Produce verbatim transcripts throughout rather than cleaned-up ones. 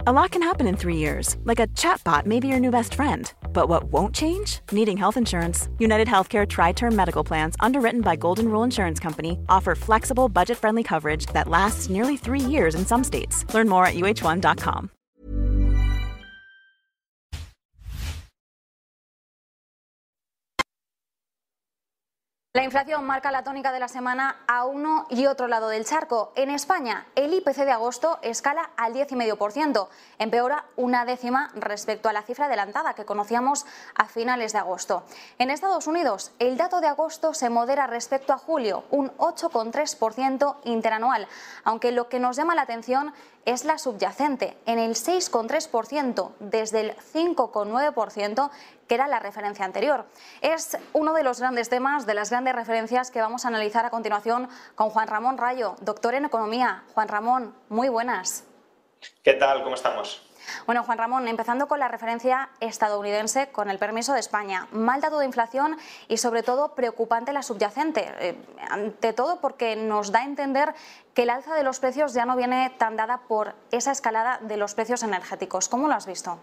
A lot can happen in three years, like a chatbot may be your new best friend. But what won't change? Needing health insurance. United Healthcare Tri-Term Medical Plans, underwritten by Golden Rule Insurance Company, offer flexible, budget-friendly coverage that lasts nearly three years in some states. Learn more at U H one dot com. La inflación marca la tónica de la semana a uno y otro lado del charco. En España, el I P C de agosto escala al diez coma cinco por ciento, empeora una décima respecto a la cifra adelantada que conocíamos a finales de agosto. En Estados Unidos, el dato de agosto se modera respecto a julio, un ocho coma tres por ciento interanual, aunque lo que nos llama la atención es la subyacente, en el seis coma tres por ciento desde el cinco coma nueve por ciento que era la referencia anterior. Es uno de los grandes temas, de las grandes referencias que vamos a analizar a continuación con Juan Ramón Rayo, doctor en Economía. Juan Ramón, muy buenas. ¿Qué tal? ¿Cómo estamos? Bueno, Juan Ramón, empezando con la referencia estadounidense, con el permiso de España. Mal dato de inflación y, sobre todo, preocupante la subyacente. Eh, ante todo porque nos da a entender que el alza de los precios ya no viene tan dada por esa escalada de los precios energéticos. ¿Cómo lo has visto?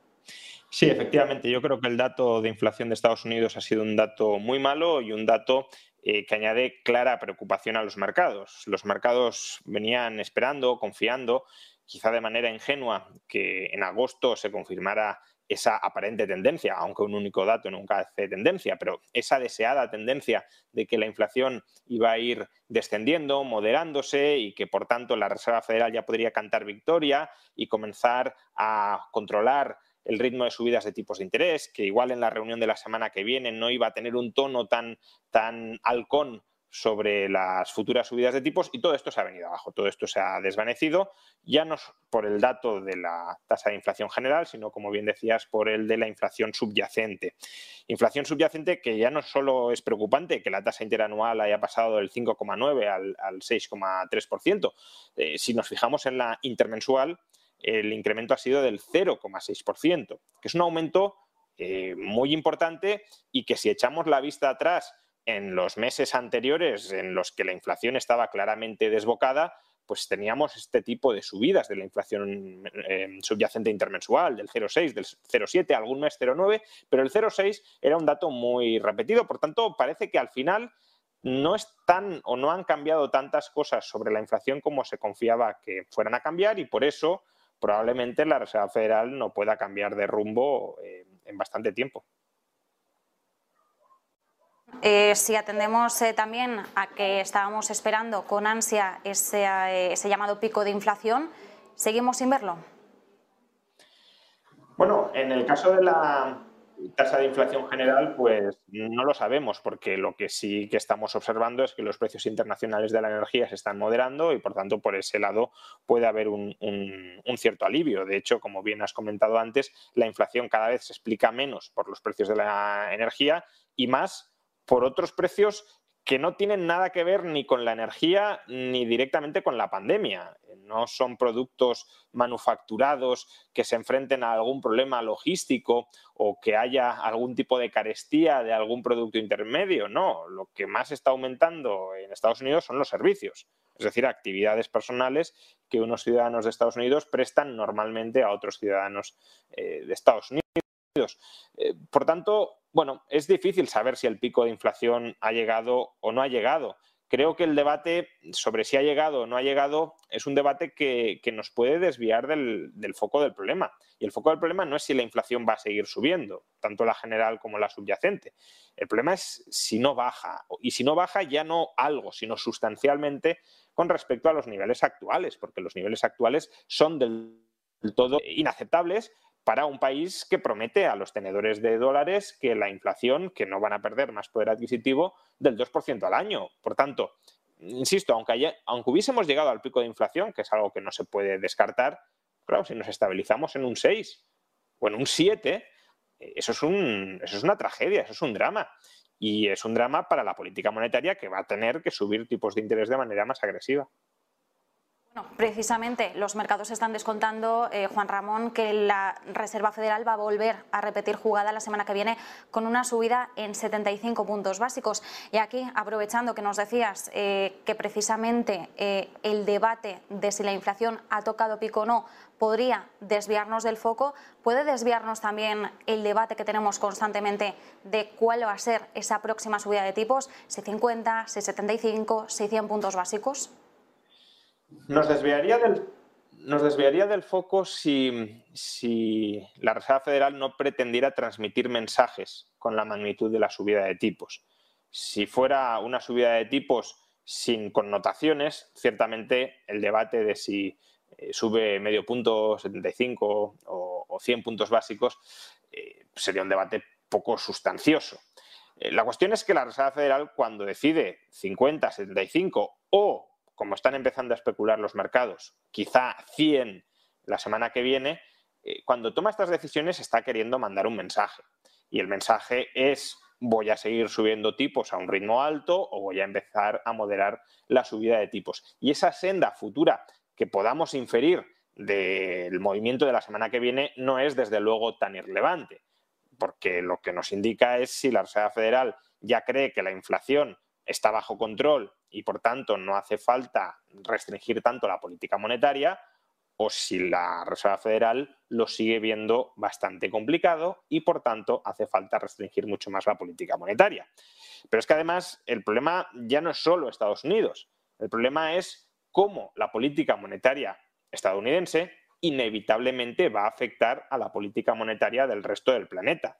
Sí, efectivamente. Yo creo que el dato de inflación de Estados Unidos ha sido un dato muy malo y un dato eh, que añade clara preocupación a los mercados. Los mercados venían esperando, confiando, quizá de manera ingenua, que en agosto se confirmara esa aparente tendencia, aunque un único dato nunca hace tendencia, pero esa deseada tendencia de que la inflación iba a ir descendiendo, moderándose y que, por tanto, la Reserva Federal ya podría cantar victoria y comenzar a controlar el ritmo de subidas de tipos de interés, que igual en la reunión de la semana que viene no iba a tener un tono tan, tan halcón sobre las futuras subidas de tipos, y todo esto se ha venido abajo, todo esto se ha desvanecido, ya no por el dato de la tasa de inflación general, sino, como bien decías, por el de la inflación subyacente. Inflación subyacente que ya no solo es preocupante que la tasa interanual haya pasado del cinco coma nueve al, al seis coma tres por ciento. Eh, si nos fijamos en la intermensual, el incremento ha sido del cero coma seis por ciento, que es un aumento eh, muy importante y que, si echamos la vista atrás en los meses anteriores en los que la inflación estaba claramente desbocada, pues teníamos este tipo de subidas de la inflación eh, subyacente intermensual, del cero coma seis, del cero coma siete, algún mes cero coma nueve, pero el cero coma seis era un dato muy repetido. Por tanto, parece que al final no están o no han cambiado tantas cosas sobre la inflación como se confiaba que fueran a cambiar, y por eso probablemente la Reserva Federal no pueda cambiar de rumbo eh, en bastante tiempo. Eh, si atendemos eh, también a que estábamos esperando con ansia ese, eh, ese llamado pico de inflación, ¿seguimos sin verlo? Bueno, en el caso de la tasa de inflación general, pues no lo sabemos, porque lo que sí que estamos observando es que los precios internacionales de la energía se están moderando y, por tanto, por ese lado puede haber un, un, un cierto alivio. De hecho, como bien has comentado antes, la inflación cada vez se explica menos por los precios de la energía y más por otros precios que no tienen nada que ver ni con la energía ni directamente con la pandemia. No son productos manufacturados que se enfrenten a algún problema logístico o que haya algún tipo de carestía de algún producto intermedio. No, lo que más está aumentando en Estados Unidos son los servicios, es decir, actividades personales que unos ciudadanos de Estados Unidos prestan normalmente a otros ciudadanos eh, de Estados Unidos. Eh, por tanto, bueno, es difícil saber si el pico de inflación ha llegado o no ha llegado. Creo que el debate sobre si ha llegado o no ha llegado es un debate que, que nos puede desviar del, del foco del problema. Y el foco del problema no es si la inflación va a seguir subiendo, tanto la general como la subyacente. El problema es si no baja. Y si no baja, ya no algo, sino sustancialmente con respecto a los niveles actuales, porque los niveles actuales son del todo inaceptables para un país que promete a los tenedores de dólares que la inflación, que no van a perder más poder adquisitivo del dos por ciento al año. Por tanto, insisto, aunque, haya, aunque hubiésemos llegado al pico de inflación, que es algo que no se puede descartar, claro, si nos estabilizamos en un seis o en un siete, eso es, un, eso es una tragedia, eso es un drama. Y es un drama para la política monetaria, que va a tener que subir tipos de interés de manera más agresiva. Bueno, precisamente los mercados están descontando, eh, Juan Ramón, que la Reserva Federal va a volver a repetir jugada la semana que viene con una subida en setenta y cinco puntos básicos. Y aquí, aprovechando que nos decías eh, que precisamente eh, el debate de si la inflación ha tocado pico o no podría desviarnos del foco, ¿puede desviarnos también el debate que tenemos constantemente de cuál va a ser esa próxima subida de tipos? ¿Si cincuenta, si setenta y cinco, si cien puntos básicos? Nos desviaría del, nos desviaría del foco si, si la Reserva Federal no pretendiera transmitir mensajes con la magnitud de la subida de tipos. Si fuera una subida de tipos sin connotaciones, ciertamente el debate de si eh, sube medio punto, setenta y cinco o, o cien puntos básicos eh, sería un debate poco sustancioso. Eh, la cuestión es que la Reserva Federal, cuando decide cincuenta, setenta y cinco o, como están empezando a especular los mercados, quizá cien la semana que viene, eh, cuando toma estas decisiones está queriendo mandar un mensaje. Y el mensaje es: voy a seguir subiendo tipos a un ritmo alto o voy a empezar a moderar la subida de tipos. Y esa senda futura que podamos inferir del movimiento de la semana que viene no es desde luego tan irrelevante, porque lo que nos indica es si la Reserva Federal ya cree que la inflación está bajo control y por tanto no hace falta restringir tanto la política monetaria, o si la Reserva Federal lo sigue viendo bastante complicado y por tanto hace falta restringir mucho más la política monetaria. Pero es que además el problema ya no es solo Estados Unidos, el problema es cómo la política monetaria estadounidense inevitablemente va a afectar a la política monetaria del resto del planeta.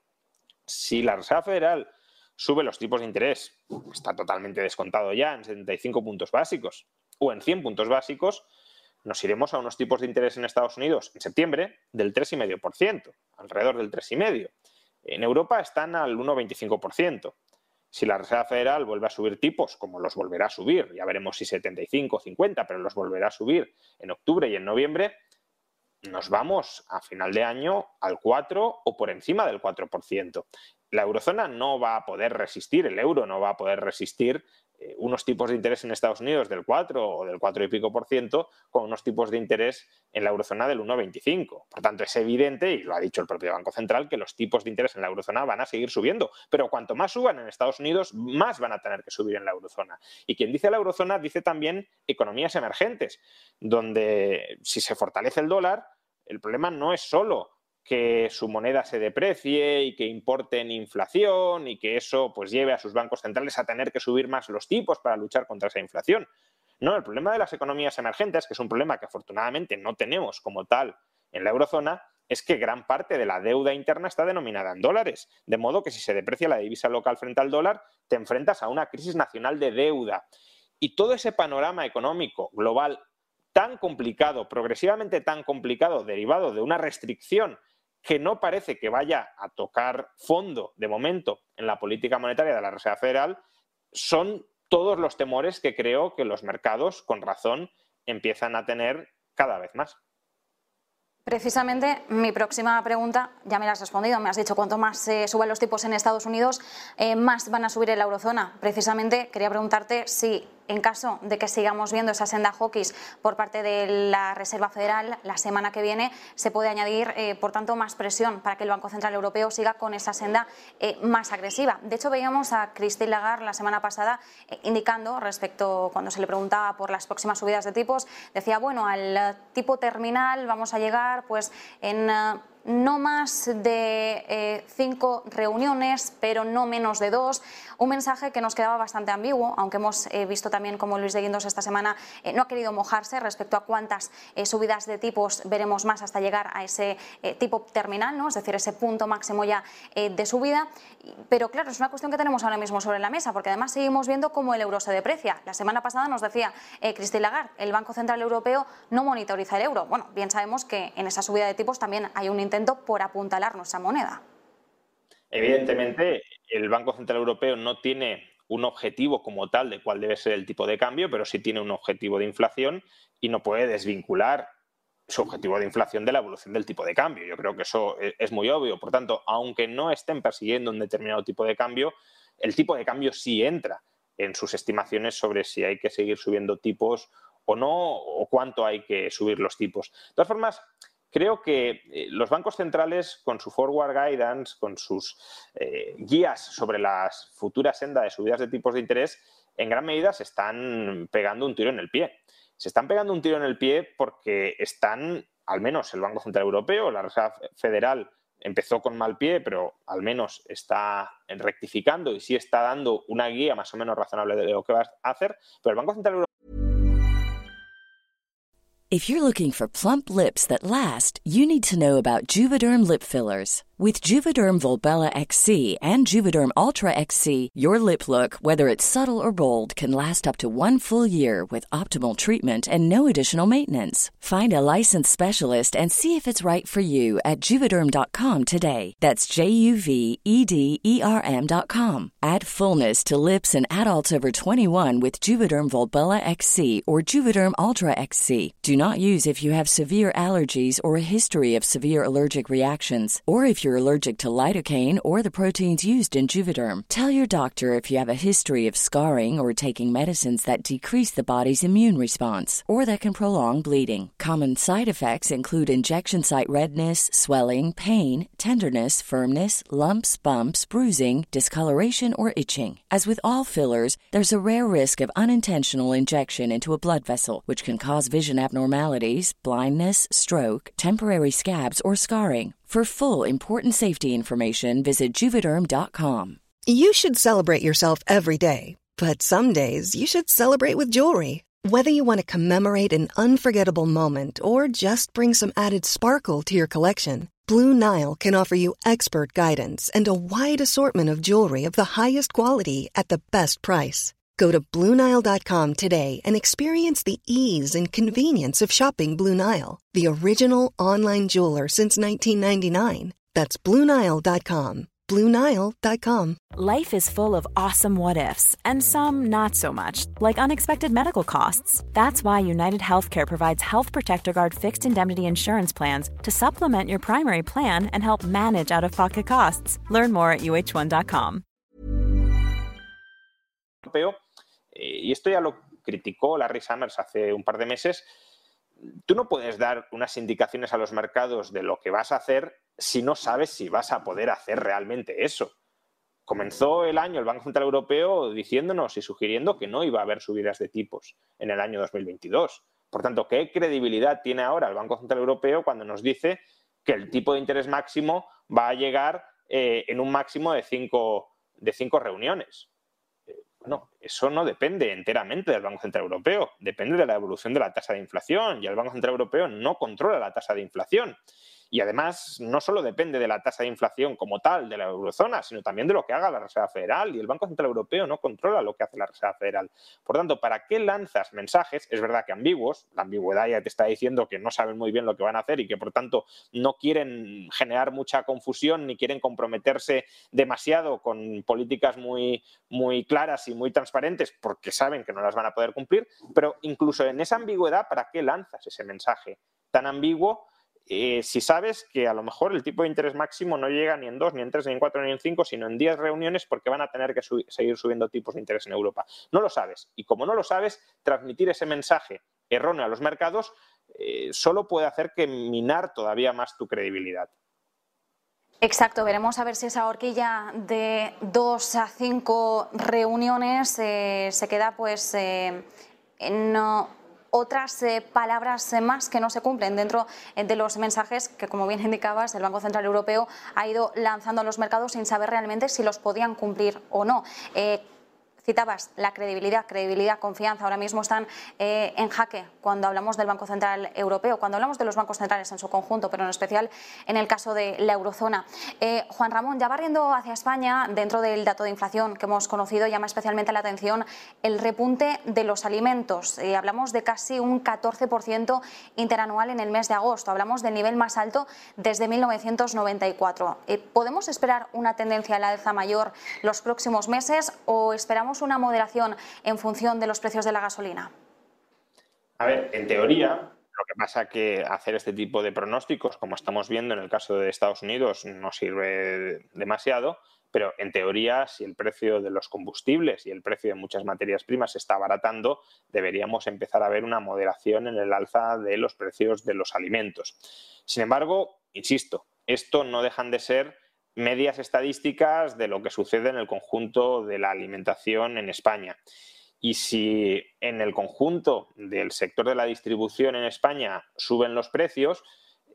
Si la Reserva Federal sube los tipos de interés, está totalmente descontado ya en setenta y cinco puntos básicos o en cien puntos básicos, nos iremos a unos tipos de interés en Estados Unidos en septiembre del tres coma cinco por ciento, alrededor del tres coma cinco por ciento. En Europa están al uno coma veinticinco por ciento. Si la Reserva Federal vuelve a subir tipos, como los volverá a subir, ya veremos si setenta y cinco o cincuenta, pero los volverá a subir en octubre y en noviembre, nos vamos a final de año al cuatro o por encima del cuatro por ciento. La eurozona no va a poder resistir, el euro no va a poder resistir eh, unos tipos de interés en Estados Unidos del cuatro o del cuatro y pico por ciento con unos tipos de interés en la eurozona del uno coma veinticinco. Por tanto, es evidente, y lo ha dicho el propio Banco Central, que los tipos de interés en la eurozona van a seguir subiendo. Pero cuanto más suban en Estados Unidos, más van a tener que subir en la eurozona. Y quien dice la eurozona dice también economías emergentes, donde si se fortalece el dólar, el problema no es solo que su moneda se deprecie y que importen inflación y que eso pues lleve a sus bancos centrales a tener que subir más los tipos para luchar contra esa inflación. No, el problema de las economías emergentes, que es un problema que afortunadamente no tenemos como tal en la eurozona, es que gran parte de la deuda interna está denominada en dólares, de modo que si se deprecia la divisa local frente al dólar, te enfrentas a una crisis nacional de deuda. Y todo ese panorama económico global tan complicado, progresivamente tan complicado, derivado de una restricción que no parece que vaya a tocar fondo de momento en la política monetaria de la Reserva Federal, son todos los temores que creo que los mercados, con razón, empiezan a tener cada vez más. Precisamente mi próxima pregunta, ya me la has respondido, me has dicho cuanto más se eh, suban los tipos en Estados Unidos, eh, más van a subir en la eurozona. Precisamente quería preguntarte si en caso de que sigamos viendo esa senda hawkish por parte de la Reserva Federal la semana que viene, se puede añadir, eh, por tanto, más presión para que el Banco Central Europeo siga con esa senda eh, más agresiva. De hecho, veíamos a Christine Lagarde la semana pasada eh, indicando, respecto cuando se le preguntaba por las próximas subidas de tipos, decía, bueno, al tipo terminal vamos a llegar pues en Uh, no más de eh, cinco reuniones, pero no menos de dos. Un mensaje que nos quedaba bastante ambiguo, aunque hemos eh, visto también como Luis de Guindos esta semana eh, no ha querido mojarse respecto a cuántas eh, subidas de tipos veremos más hasta llegar a ese eh, tipo terminal, ¿no? Es decir, ese punto máximo ya eh, de subida. Pero claro, es una cuestión que tenemos ahora mismo sobre la mesa, porque además seguimos viendo cómo el euro se deprecia. La semana pasada nos decía eh, Christine Lagarde, el Banco Central Europeo no monitoriza el euro. Bueno, bien sabemos que en esa subida de tipos también hay un intento por apuntalar nuestra moneda. Evidentemente, el Banco Central Europeo no tiene un objetivo como tal de cuál debe ser el tipo de cambio, pero sí tiene un objetivo de inflación y no puede desvincular su objetivo de inflación de la evolución del tipo de cambio. Yo creo que eso es muy obvio. Por tanto, aunque no estén persiguiendo un determinado tipo de cambio, el tipo de cambio sí entra en sus estimaciones sobre si hay que seguir subiendo tipos o no, o cuánto hay que subir los tipos. De todas formas, creo que los bancos centrales, con su forward guidance, con sus eh, guías sobre las futuras sendas de subidas de tipos de interés, en gran medida se están pegando un tiro en el pie. Se están pegando un tiro en el pie porque están, al menos el Banco Central Europeo, la Reserva Federal, empezó con mal pie, pero al menos está rectificando y sí está dando una guía más o menos razonable de lo que va a hacer, pero el Banco Central Europeo... If you're looking for plump lips that last, you need to know about Juvederm lip fillers. With Juvederm Volbella X C and Juvederm Ultra X C, your lip look, whether it's subtle or bold, can last up to one full year with optimal treatment and no additional maintenance. Find a licensed specialist and see if it's right for you at Juvederm dot com today. That's J U V E D E R M dot com. Add fullness to lips in adults over twenty-one with Juvederm Volbella X C or Juvederm Ultra X C. Do not use if you have severe allergies or a history of severe allergic reactions, or if you're allergic to lidocaine or the proteins used in Juvederm. Tell your doctor if you have a history of scarring or taking medicines that decrease the body's immune response or that can prolong bleeding. Common side effects include injection site redness, swelling, pain, tenderness, firmness, lumps, bumps, bruising, discoloration, or itching. As with all fillers, there's a rare risk of unintentional injection into a blood vessel, which can cause vision abnormalities, blindness, stroke, temporary scabs, or scarring. For full, important safety information, visit Juvederm dot com. You should celebrate yourself every day, but some days you should celebrate with jewelry. Whether you want to commemorate an unforgettable moment or just bring some added sparkle to your collection, Blue Nile can offer you expert guidance and a wide assortment of jewelry of the highest quality at the best price. Go to Blue Nile dot com today and experience the ease and convenience of shopping Blue Nile, the original online jeweler since nineteen ninety-nine. That's Blue Nile dot com. Blue Nile dot com. Life is full of awesome what-ifs, and some not so much, like unexpected medical costs. That's why United Healthcare provides Health Protector Guard fixed indemnity insurance plans to supplement your primary plan and help manage out-of-pocket costs. Learn more at U H one dot com. Y esto ya lo criticó Larry Summers hace un par de meses. Tú no puedes dar unas indicaciones a los mercados de lo que vas a hacer si no sabes si vas a poder hacer realmente eso. Comenzó el año el Banco Central Europeo diciéndonos y sugiriendo que no iba a haber subidas de tipos en el año dos mil veintidós. Por tanto, ¿qué credibilidad tiene ahora el Banco Central Europeo cuando nos dice que el tipo de interés máximo va a llegar eh, en un máximo de cinco, de cinco reuniones? No, eso no depende enteramente del Banco Central Europeo, depende de la evolución de la tasa de inflación y el Banco Central Europeo no controla la tasa de inflación. Y además no solo depende de la tasa de inflación como tal de la eurozona, sino también de lo que haga la Reserva Federal, y el Banco Central Europeo no controla lo que hace la Reserva Federal. Por tanto, ¿para qué lanzas mensajes? Es verdad que ambiguos, la ambigüedad ya te está diciendo que no saben muy bien lo que van a hacer y que por tanto no quieren generar mucha confusión ni quieren comprometerse demasiado con políticas muy, muy claras y muy transparentes porque saben que no las van a poder cumplir, pero incluso en esa ambigüedad, ¿para qué lanzas ese mensaje tan ambiguo? Eh, si sabes que a lo mejor el tipo de interés máximo no llega ni en dos, ni en tres, ni en cuatro, ni en cinco, sino en diez reuniones porque van a tener que su- seguir subiendo tipos de interés en Europa. No lo sabes. Y como no lo sabes, transmitir ese mensaje erróneo a los mercados eh, solo puede hacer que minar todavía más tu credibilidad. Exacto, veremos a ver si esa horquilla de dos a cinco reuniones eh, se queda pues eh, en... No, otras eh, palabras eh, más que no se cumplen dentro eh, de los mensajes que, como bien indicabas, el Banco Central Europeo ha ido lanzando a los mercados sin saber realmente si los podían cumplir o no. Eh, Citabas la credibilidad, credibilidad, confianza, ahora mismo están eh, en jaque cuando hablamos del Banco Central Europeo, cuando hablamos de los bancos centrales en su conjunto, pero en especial en el caso de la eurozona. Eh, Juan Ramón, ya barriendo hacia España, dentro del dato de inflación que hemos conocido, llama especialmente la atención el repunte de los alimentos. Eh, hablamos de casi un catorce por ciento interanual en el mes de agosto, hablamos del nivel más alto desde mil novecientos noventa y cuatro. Eh, ¿Podemos esperar una tendencia a la alza mayor los próximos meses o esperamos una moderación en función de los precios de la gasolina? A ver, en teoría, Lo que pasa que hacer este tipo de pronósticos, como estamos viendo en el caso de Estados Unidos, no sirve demasiado, pero en teoría, si el precio de los combustibles y el precio de muchas materias primas se está abaratando, deberíamos empezar a ver una moderación en el alza de los precios de los alimentos. Sin embargo, insisto, esto no dejan de ser medias estadísticas de lo que sucede en el conjunto de la alimentación en España. Y si en el conjunto del sector de la distribución en España suben los precios,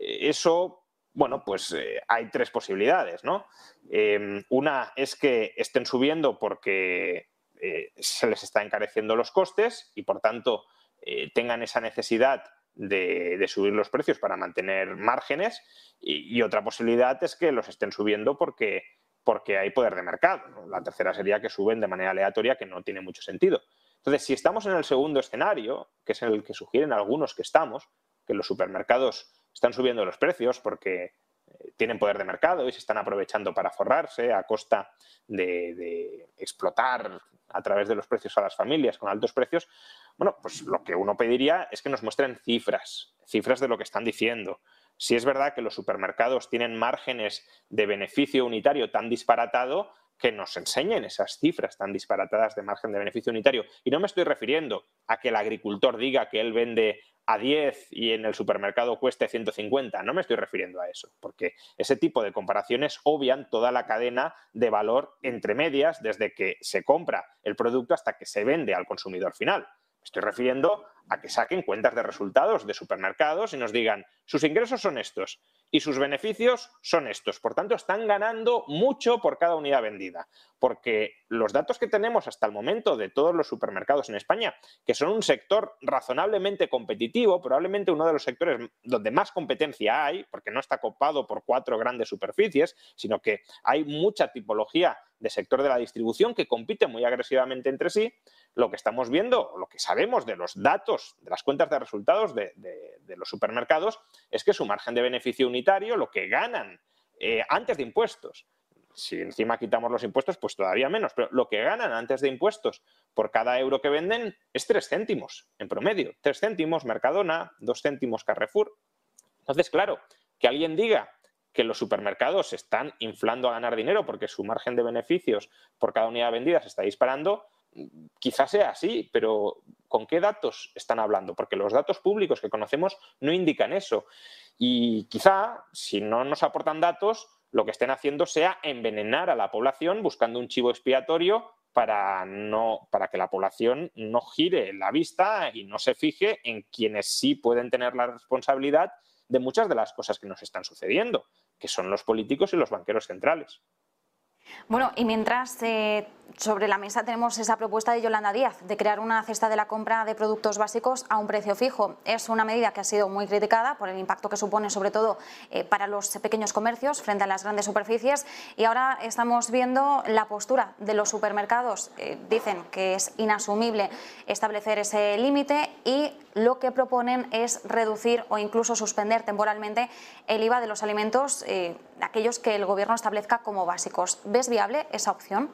eso, bueno, pues eh, hay tres posibilidades, ¿no? Eh, una es que estén subiendo porque eh, se les está encareciendo los costes y, por tanto, eh, tengan esa necesidad de, de subir los precios para mantener márgenes. Y, y otra posibilidad es que los estén subiendo porque, porque hay poder de mercado, ¿no? La tercera sería que suben de manera aleatoria, que no tiene mucho sentido. Entonces, si estamos en el segundo escenario, que es en el que sugieren algunos que estamos, que los supermercados están subiendo los precios porque eh, tienen poder de mercado y se están aprovechando para forrarse a costa de, de explotar a través de los precios a las familias con altos precios, bueno, pues lo que uno pediría es que nos muestren cifras, cifras de lo que están diciendo. Si es verdad que los supermercados tienen márgenes de beneficio unitario tan disparatado, que nos enseñen esas cifras tan disparatadas de margen de beneficio unitario. Y no me estoy refiriendo a que el agricultor diga que él vende a diez y en el supermercado cueste ciento cincuenta. No me estoy refiriendo a eso, porque ese tipo de comparaciones obvian toda la cadena de valor entre medias, desde que se compra el producto hasta que se vende al consumidor final. Me estoy refiriendo a que saquen cuentas de resultados de supermercados y nos digan, sus ingresos son estos y sus beneficios son estos. Por tanto, están ganando mucho por cada unidad vendida. Porque los datos que tenemos hasta el momento de todos los supermercados en España, que son un sector razonablemente competitivo, probablemente uno de los sectores donde más competencia hay, porque no está copado por cuatro grandes superficies, sino que hay mucha tipología de sector de la distribución que compite muy agresivamente entre sí, lo que estamos viendo, lo que sabemos de los datos, de las cuentas de resultados de, de, de los supermercados, es que su margen de beneficio unitario, lo que ganan eh, antes de impuestos, si encima quitamos los impuestos, pues todavía menos, pero lo que ganan antes de impuestos por cada euro que venden es tres céntimos en promedio. Tres céntimos Mercadona, dos céntimos Carrefour. Entonces, claro, que alguien diga que los supermercados se están inflando a ganar dinero porque su margen de beneficios por cada unidad vendida se está disparando, quizás sea así, pero ¿con qué datos están hablando? Porque los datos públicos que conocemos no indican eso. Y quizá, si no nos aportan datos, lo que estén haciendo sea envenenar a la población buscando un chivo expiatorio para, no, para que la población no gire la vista y no se fije en quienes sí pueden tener la responsabilidad de muchas de las cosas que nos están sucediendo, que son los políticos y los banqueros centrales. Bueno, y mientras eh, sobre la mesa tenemos esa propuesta de Yolanda Díaz de crear una cesta de la compra de productos básicos a un precio fijo. Es una medida que ha sido muy criticada por el impacto que supone sobre todo eh, para los pequeños comercios frente a las grandes superficies, y ahora estamos viendo la postura de los supermercados. Eh, dicen que es inasumible establecer ese límite y lo que proponen es reducir o incluso suspender temporalmente el I V A de los alimentos, eh, aquellos que el gobierno establezca como básicos. ¿Ves viable esa opción?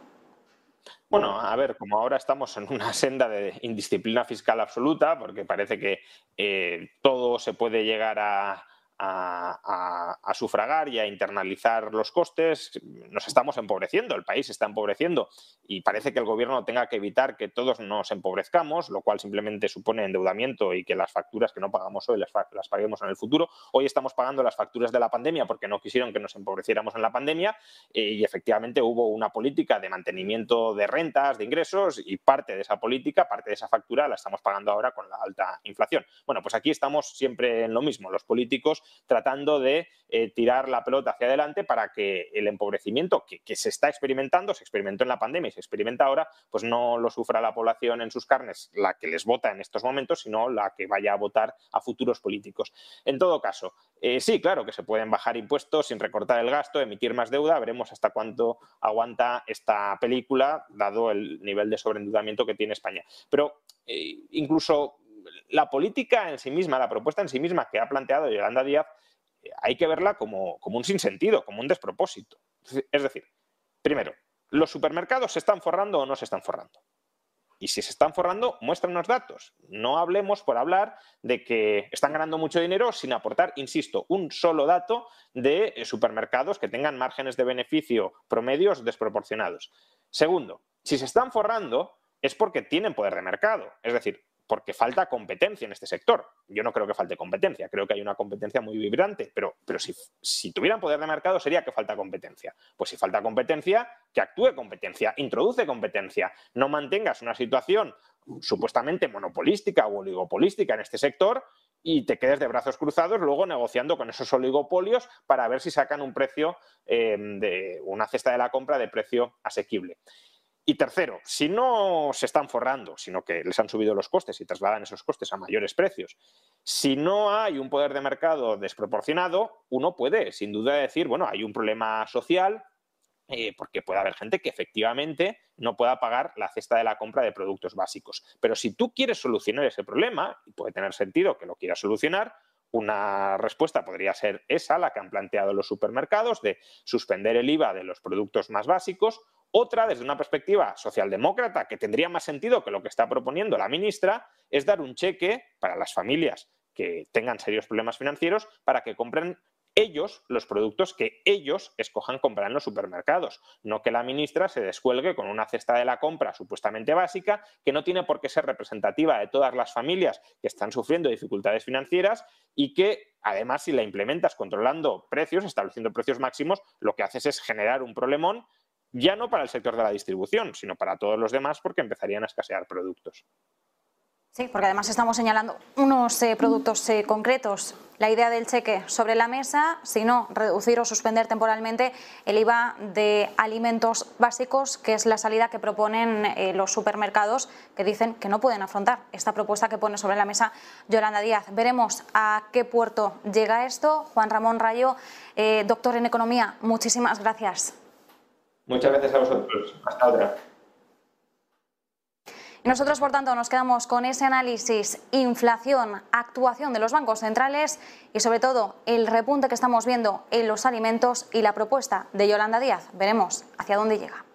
Bueno, a ver, como ahora estamos en una senda de indisciplina fiscal absoluta, porque parece que eh, todo se puede llegar a, a, a, a sufragar y a internalizar los costes, nos estamos empobreciendo, el país se está empobreciendo y parece que el gobierno tenga que evitar que todos nos empobrezcamos, lo cual simplemente supone endeudamiento y que las facturas que no pagamos hoy las, las paguemos en el futuro. Hoy estamos pagando las facturas de la pandemia porque no quisieron que nos empobreciéramos en la pandemia eh, y efectivamente hubo una política de mantenimiento de rentas, de ingresos, y parte de esa política, parte de esa factura la estamos pagando ahora con la alta inflación. Bueno, pues aquí estamos siempre en lo mismo, los políticos tratando de eh, tirar la pelota hacia adelante para que el empobrecimiento que, que se está experimentando, se experimentó en la pandemia y se experimenta ahora, pues no lo sufra la población en sus carnes, la que les vota en estos momentos, sino la que vaya a votar a futuros políticos. En todo caso, eh, sí, claro que se pueden bajar impuestos sin recortar el gasto, emitir más deuda, veremos hasta cuánto aguanta esta película, dado el nivel de sobreendeudamiento que tiene España. Pero eh, incluso la política en sí misma, la propuesta en sí misma que ha planteado Yolanda Díaz, eh, hay que verla como, como un sinsentido, como un despropósito. Es decir, primero, ¿los supermercados se están forrando o no se están forrando? Y si se están forrando, muéstranos datos. No hablemos por hablar de que están ganando mucho dinero sin aportar, insisto, un solo dato de supermercados que tengan márgenes de beneficio promedios desproporcionados. Segundo, si se están forrando es porque tienen poder de mercado. Es decir, porque falta competencia en este sector. Yo no creo que falte competencia, creo que hay una competencia muy vibrante, pero, pero si, si tuvieran poder de mercado sería que falta competencia. Pues si falta competencia, que actúe competencia, introduce competencia, no mantengas una situación supuestamente monopolística o oligopolística en este sector y te quedes de brazos cruzados luego negociando con esos oligopolios para ver si sacan un precio, eh, de una cesta de la compra de precio asequible. Y tercero, si no se están forrando, sino que les han subido los costes y trasladan esos costes a mayores precios, si no hay un poder de mercado desproporcionado, uno puede sin duda decir, bueno, hay un problema social, eh, porque puede haber gente que efectivamente no pueda pagar la cesta de la compra de productos básicos. Pero si tú quieres solucionar ese problema, y puede tener sentido que lo quieras solucionar, una respuesta podría ser esa, la que han planteado los supermercados, de suspender el I V A de los productos más básicos. Otra, desde una perspectiva socialdemócrata, que tendría más sentido que lo que está proponiendo la ministra, es dar un cheque para las familias que tengan serios problemas financieros para que compren ellos los productos que ellos escojan comprar en los supermercados. No que la ministra se descuelgue con una cesta de la compra supuestamente básica que no tiene por qué ser representativa de todas las familias que están sufriendo dificultades financieras y que, además, si la implementas controlando precios, estableciendo precios máximos, lo que haces es generar un problemón ya no para el sector de la distribución, sino para todos los demás, porque empezarían a escasear productos. Sí, porque además estamos señalando unos eh, productos eh, concretos. La idea del cheque sobre la mesa, si no, reducir o suspender temporalmente el I V A de alimentos básicos, que es la salida que proponen eh, los supermercados, que dicen que no pueden afrontar esta propuesta que pone sobre la mesa Yolanda Díaz. Veremos a qué puerto llega esto. Juan Ramón Rayo, eh, doctor en Economía, muchísimas gracias. Muchas gracias a vosotros. Hasta otra. Nosotros, por tanto, nos quedamos con ese análisis, inflación, actuación de los bancos centrales y, sobre todo, el repunte que estamos viendo en los alimentos y la propuesta de Yolanda Díaz. Veremos hacia dónde llega.